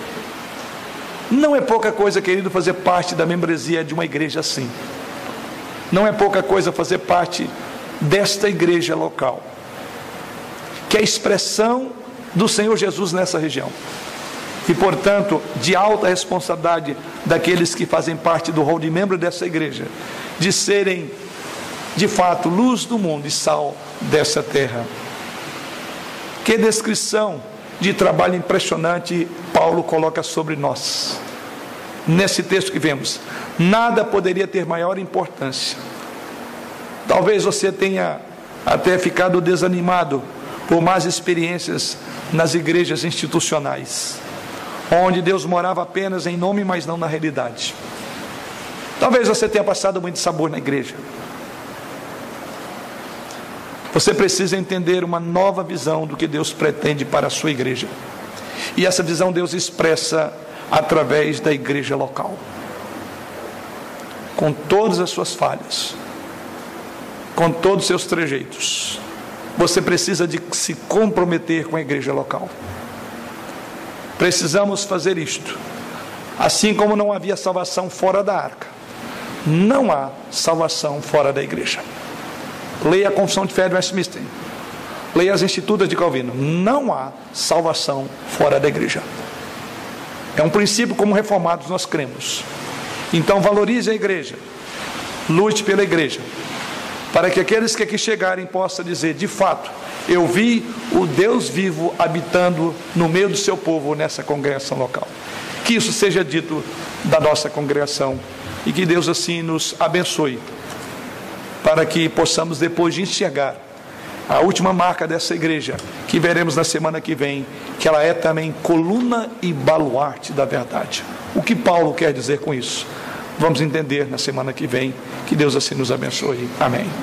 Não é pouca coisa, querido, fazer parte da membresia de uma igreja assim. Não é pouca coisa fazer parte desta igreja local, que é a expressão do Senhor Jesus nessa região, e portanto de alta responsabilidade daqueles que fazem parte do rol de membro dessa igreja, de serem de fato luz do mundo e sal dessa terra. Que descrição de trabalho impressionante Paulo coloca sobre nós nesse texto que vemos. Nada poderia ter maior importância. Talvez você tenha até ficado desanimado por más experiências nas igrejas institucionais, onde Deus morava apenas em nome, mas não na realidade. Talvez você tenha passado muito sabor na igreja. Você precisa entender uma nova visão do que Deus pretende para a sua igreja, e essa visão Deus expressa através da igreja local, com todas as suas falhas, com todos os seus trejeitos. Você precisa de se comprometer com a igreja local. Precisamos fazer isto. Assim como não havia salvação fora da arca, não há salvação fora da igreja. Leia a Confissão de Fé de Westminster, leia as Institutas de Calvino. Não há salvação fora da igreja. É um princípio como reformados nós cremos. Então valorize a igreja, lute pela igreja, para que aqueles que aqui chegarem possam dizer: de fato, eu vi o Deus vivo habitando no meio do seu povo nessa congregação local. Que isso seja dito da nossa congregação, e que Deus assim nos abençoe, para que possamos depois de enxergar a última marca dessa igreja, que veremos na semana que vem, que ela é também coluna e baluarte da verdade. O que Paulo quer dizer com isso? Vamos entender na semana que vem. Que Deus assim nos abençoe. Amém.